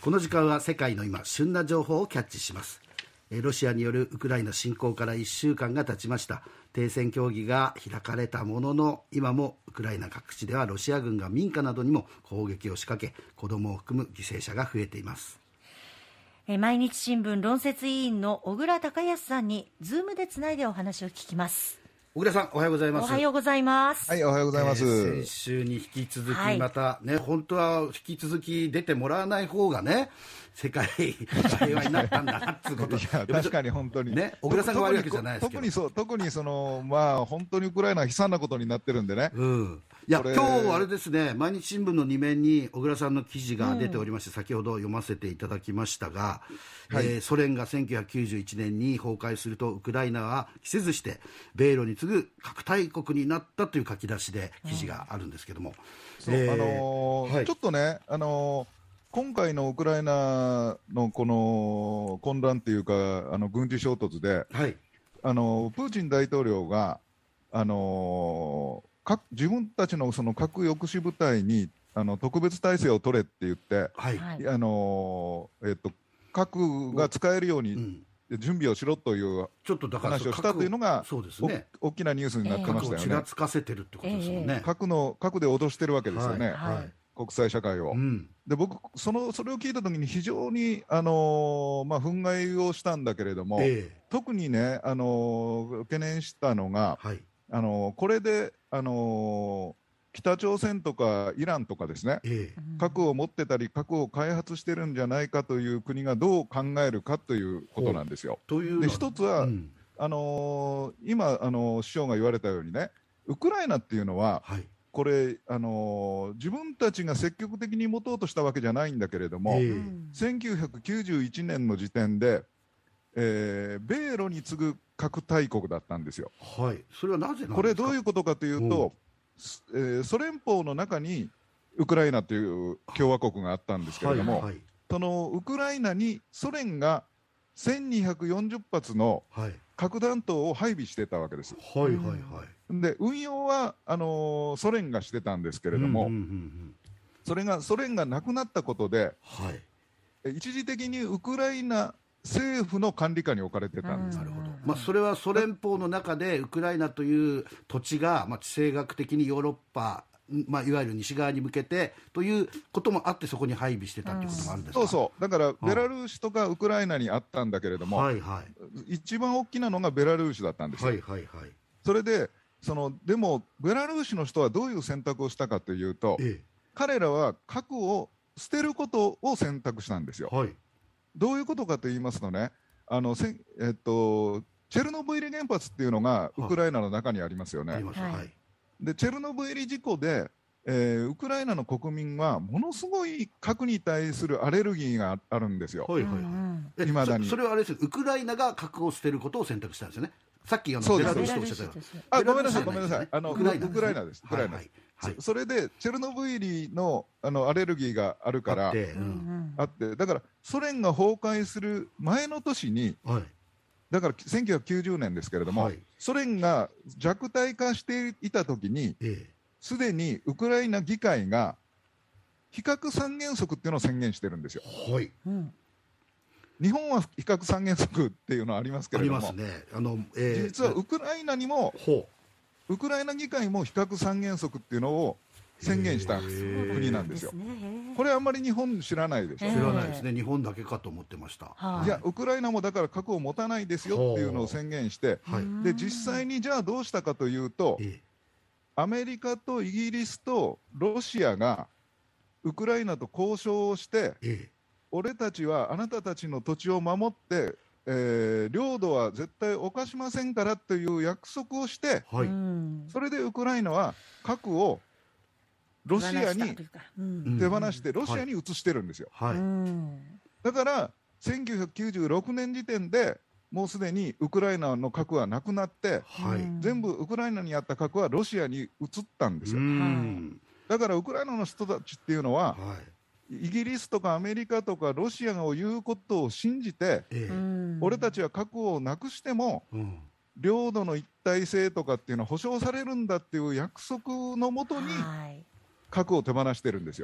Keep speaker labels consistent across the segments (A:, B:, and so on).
A: この時間は世界の今旬な情報をキャッチします。ロシアによるウクライナ侵攻から1週間が経ちました。停戦協議が開かれたものの、今もウクライナ各地ではロシア軍が民家などにも攻撃を仕掛け、子どもを含む犠牲者が増えています。
B: 毎日新聞論説委員の小倉隆康さんにズームでつないでお話を聞きます。
A: 小倉さん、おはようございます。
B: おはようございます。
C: はい、おはようございます。
A: 先週に引き続きまたね、本当は引き続き出てもらわない方がね、世界平和になったんだなっていうこと。
C: いや、確かに本当に
A: ね、小倉さんが悪いわけじゃないですけど、
C: 特に本当にウクライナは悲惨なことになってるんでね。
A: いや、今日あれですね、毎日新聞の2面に小倉さんの記事が出ておりまして、先ほど読ませていただきましたが、ソ連が1991年に崩壊するとウクライナは期せずして米ロに次ぐ核大国になったという書き出しで記事があるんですけども、
C: ちょっとね、今回のウクライナのこの混乱というか軍事衝突で、プーチン大統領が自分たちのその核抑止部隊に特別体制を取れって言って、核が使えるように準備をしろという話をしたというのが大きなニュースになってましたよね。
A: ちらつかせてるってことですよね。
C: 核で脅してるわけですよね、国際社会を。で、僕それを聞いたときに非常に憤慨をしたんだけれども、特にね懸念したのが、これで北朝鮮とかイランとかですね、核を持ってたり核を開発してるんじゃないかという国がどう考えるかということなんですよ。で、一つは、今首相が言われたようにね、ウクライナっていうのは、これ自分たちが積極的に持とうとしたわけじゃないんだけれども、1991年の時点で、米ロに次ぐ核大国だったんですよ。
A: それはなぜなんですか？
C: これどういうことかというと、ソ連邦の中にウクライナという共和国があったんですけれども、そのウクライナにソ連が1240発の核弾頭を配備してたわけです。で、運用はソ連がしてたんですけれども、それがソ連がなくなったことで、一時的にウクライナ政府の管理下に置かれてたんです。
A: それはソ連邦の中でウクライナという土地が地政学的にヨーロッパ、いわゆる西側に向けてということもあって、そこに配備してたということもあるんですか？
C: そうだからベラルーシとかウクライナにあったんだけれども、一番大きなのがベラルーシだったんですよ。それででもベラルーシの人はどういう選択をしたかというと、彼らは核を捨てることを選択したんですよ。どういうことかと言いますとね、チェルノブイリ原発っていうのがウクライナの中にありますよね。で、チェルノブイリ事故で、ウクライナの国民はものすごい核に対するアレルギーがあるんですよ。未だに。
A: それはあれですよ、ウクライナが核を捨てることを選択したんですよね。さっきベラルーシとおっしゃったよ。
C: ごめんなさい、ウクライナです。それでチェルノブイリのアレルギーがあるからあって、だからソ連が崩壊する前の年に、だから1990年ですけれども、ソ連が弱体化していた時に、すでにウクライナ議会が非核三原則っていうのを宣言してるんですよ。日本は非核三原則っていうのはありますけれども、実はウクライナにもウクライナ議会も非核三原則っていうのを宣言した国なんですよ。これあんまり日本知らないでしょ。
A: 知らないですね。日本だけかと思ってました。
C: いや、ウクライナもだから核を持たないですよっていうのを宣言して、で実際にじゃあどうしたかというと、アメリカとイギリスとロシアがウクライナと交渉をして、俺たちはあなたたちの土地を守って領土は絶対侵しませんからという約束をして、それでウクライナは核をロシアに手放してロシアに移してるんですよ。だから1996年時点でもうすでにウクライナの核はなくなって、全部ウクライナにあった核はロシアに移ったんですよ。だからウクライナの人たちっていうのは、イギリスとかアメリカとかロシアが言うことを信じて、俺たちは核をなくしても、領土の一体性とかっていうのは保証されるんだっていう約束のもとに核を手放してるんですよ。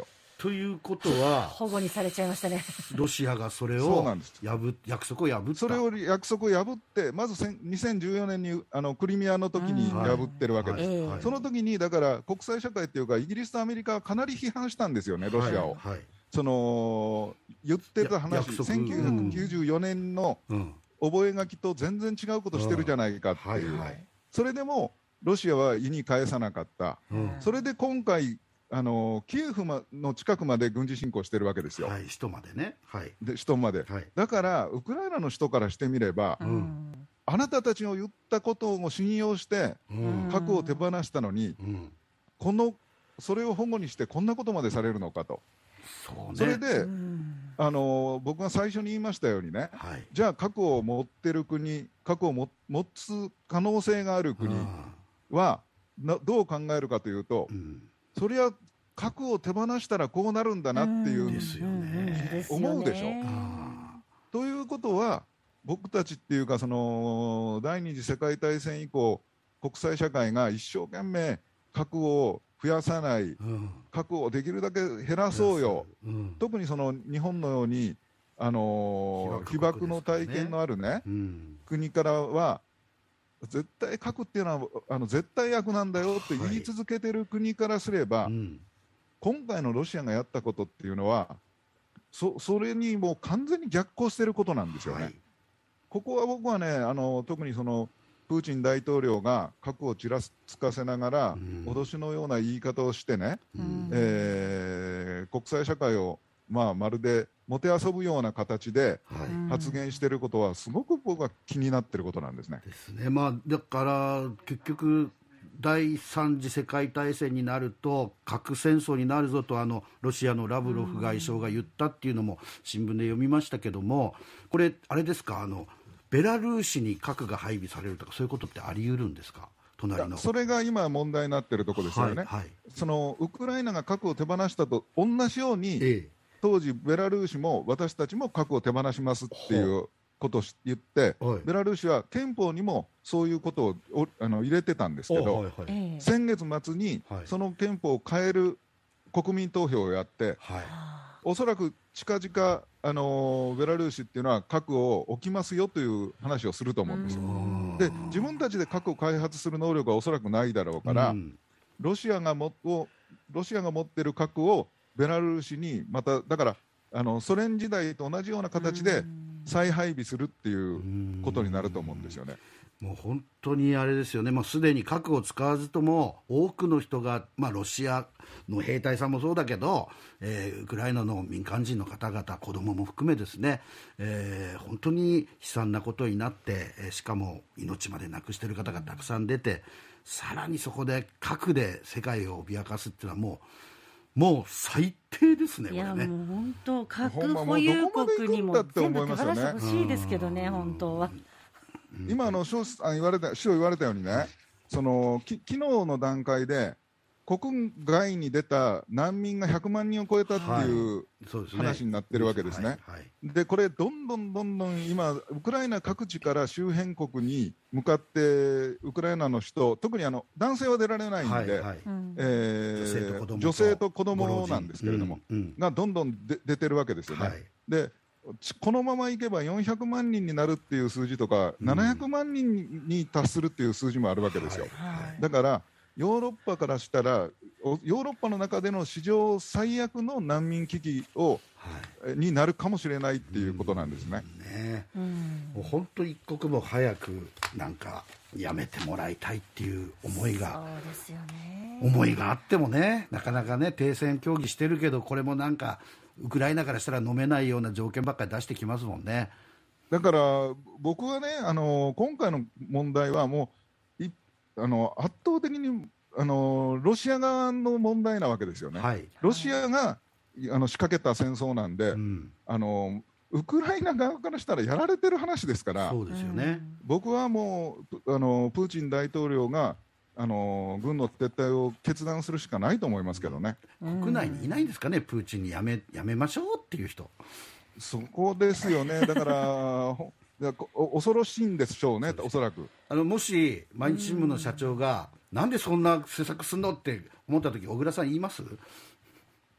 A: ということは
B: 保護にされちゃいましたね。
A: ロシアがそれを
C: そうなんです。
A: 約束を破った。
C: それを約束を破って、まず2014年にクリミアの時に破ってるわけです、その時にだから国際社会っていうかイギリスとアメリカはかなり批判したんですよね、ロシアを、その言ってた話、1994年の覚書と全然違うことしてるじゃないかっていう、それでもロシアは意に介さなかった、それで今回キエフの近くまで軍事侵攻してるわけですよ、
A: 首都までね、
C: で首都まで、だからウクライナの人からしてみれば、あなたたちの言ったことを信用して核を手放したのに、それを保護にしてこんなことまでされるのかと。それで、僕が最初に言いましたようにね、じゃあ核を持ってる国、核を持つ可能性がある国はどう考えるかというと、そりゃ核を手放したらこうなるんだなっていう思うでしょ。ということは僕たちっていうか、その第二次世界大戦以降国際社会が一生懸命核を増やさない、核をできるだけ減らそうよ、特にその日本のように被爆の体験のあるね、国からは絶対核っていうのは絶対悪なんだよって言い続けてる国からすれば、今回のロシアがやったことっていうのはそれにもう完全に逆行してることなんですよね。ここは僕はね、特にそのプーチン大統領が核をちらつかせながら、脅しのような言い方をしてね、国際社会をまるでもてあそぶような形で発言していることはすごく僕は気になっていることなんですね。
A: だから結局第三次世界大戦になると核戦争になるぞとロシアのラブロフ外相が言ったっていうのも新聞で読みましたけども、これあれですか、ベラルーシに核が配備されるとかそういうことってあり得るんですか？隣の。
C: それが今問題になっているところですよね。そのウクライナが核を手放したと同じように、当時ベラルーシも私たちも核を手放しますっていうことを言って、ベラルーシは憲法にもそういうことを入れてたんですけど、先月末にその憲法を変える国民投票をやって、おそらく近々ベラルーシっていうのは核を置きますよという話をすると思うんですよ。で、自分たちで核を開発する能力はおそらくないだろうから、ロシアが持っている核をベラルーシにまた、だからソ連時代と同じような形で再配備するっていうことになると思うんですよね。
A: もう本当にあれですよね、もうすでに核を使わずとも多くの人が、ロシアの兵隊さんもそうだけど、ウクライナの民間人の方々、子どもも含めですね、本当に悲惨なことになって、しかも命までなくしている方がたくさん出て、さらにそこで核で世界を脅かすっていうのはもう最低ですね、これね。
B: もう本当、核保有国にも全部手放してほしいですけどね、本当は。
C: 今市長言われたようにね、昨日の段階で国外に出た難民が100万人を超えたっていう話になってるわけですね。で、これどんどん今ウクライナ各地から周辺国に向かってウクライナの人、特に男性は出られないんで、女性と子供なんですけれども、がどんどん出てるわけですよね。で、このままいけば400万人になるっていう数字とか、700万人に達するっていう数字もあるわけですよ。だからヨーロッパからしたら、ヨーロッパの中での史上最悪の難民危機になるかもしれないっていうことなんですね。
A: もう本当一刻も早くなんかやめてもらいたいっていう思いがあってもね、なかなかね、停戦協議してるけど、これもなんかウクライナからしたら飲めないような条件ばっかり出してきますもんね。
C: だから僕はね、今回の問題はもう圧倒的にロシア側の問題なわけですよね。ロシアが仕掛けた戦争なんで、ウクライナ側からしたらやられてる話ですから。
A: そうですよね。
C: 僕はもうプーチン大統領が軍の撤退を決断するしかないと思いますけどね。
A: 国内にいないんですかね、プーチンにやめましょうっていう人。
C: そこですよね。だから恐ろしいんでしょうね、おそらく。
A: もし毎日新聞の社長がなんでそんな施策すんのって思った時、小倉さん言います？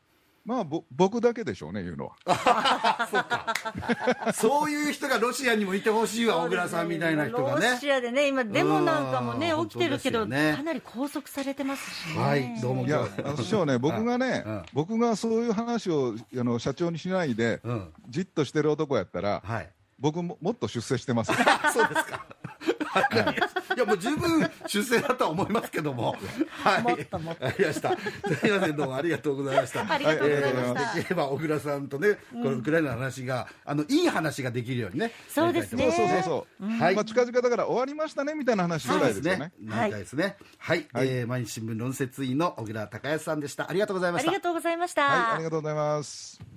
C: まあ僕だけでしょうね、言うのは。
A: そうかそういう人がロシアにもいてほしいわ、小倉さんみたいな人がね。
B: ロシアでね、今デモなんかもね起きてるけど、
A: ね、
B: かなり拘束されてますしね。
A: はい、どうも。
C: いや、師匠ね、僕がね、僕がそういう話を社長にしないで、じっとしてる男やったら、はい、僕もっと出世してます。
A: そうですか。いやもう十分出世だとは思いますけども、はい、
B: もっともっと。
A: ありました。すみません、どうもありがとうございました。
B: ありがとうございました。
A: できれば小倉さんとね、このウクライナの話がいい話ができるようにね。
B: そうですね。
C: そう。はい。まあ近々だから終わりましたねみたいな話したいですよね。
A: なりたいですね。はい。毎日新聞論説委員の小倉孝康さんでした。ありがとうございました。
B: ありがとうございました。
C: はい、ありがとうございます。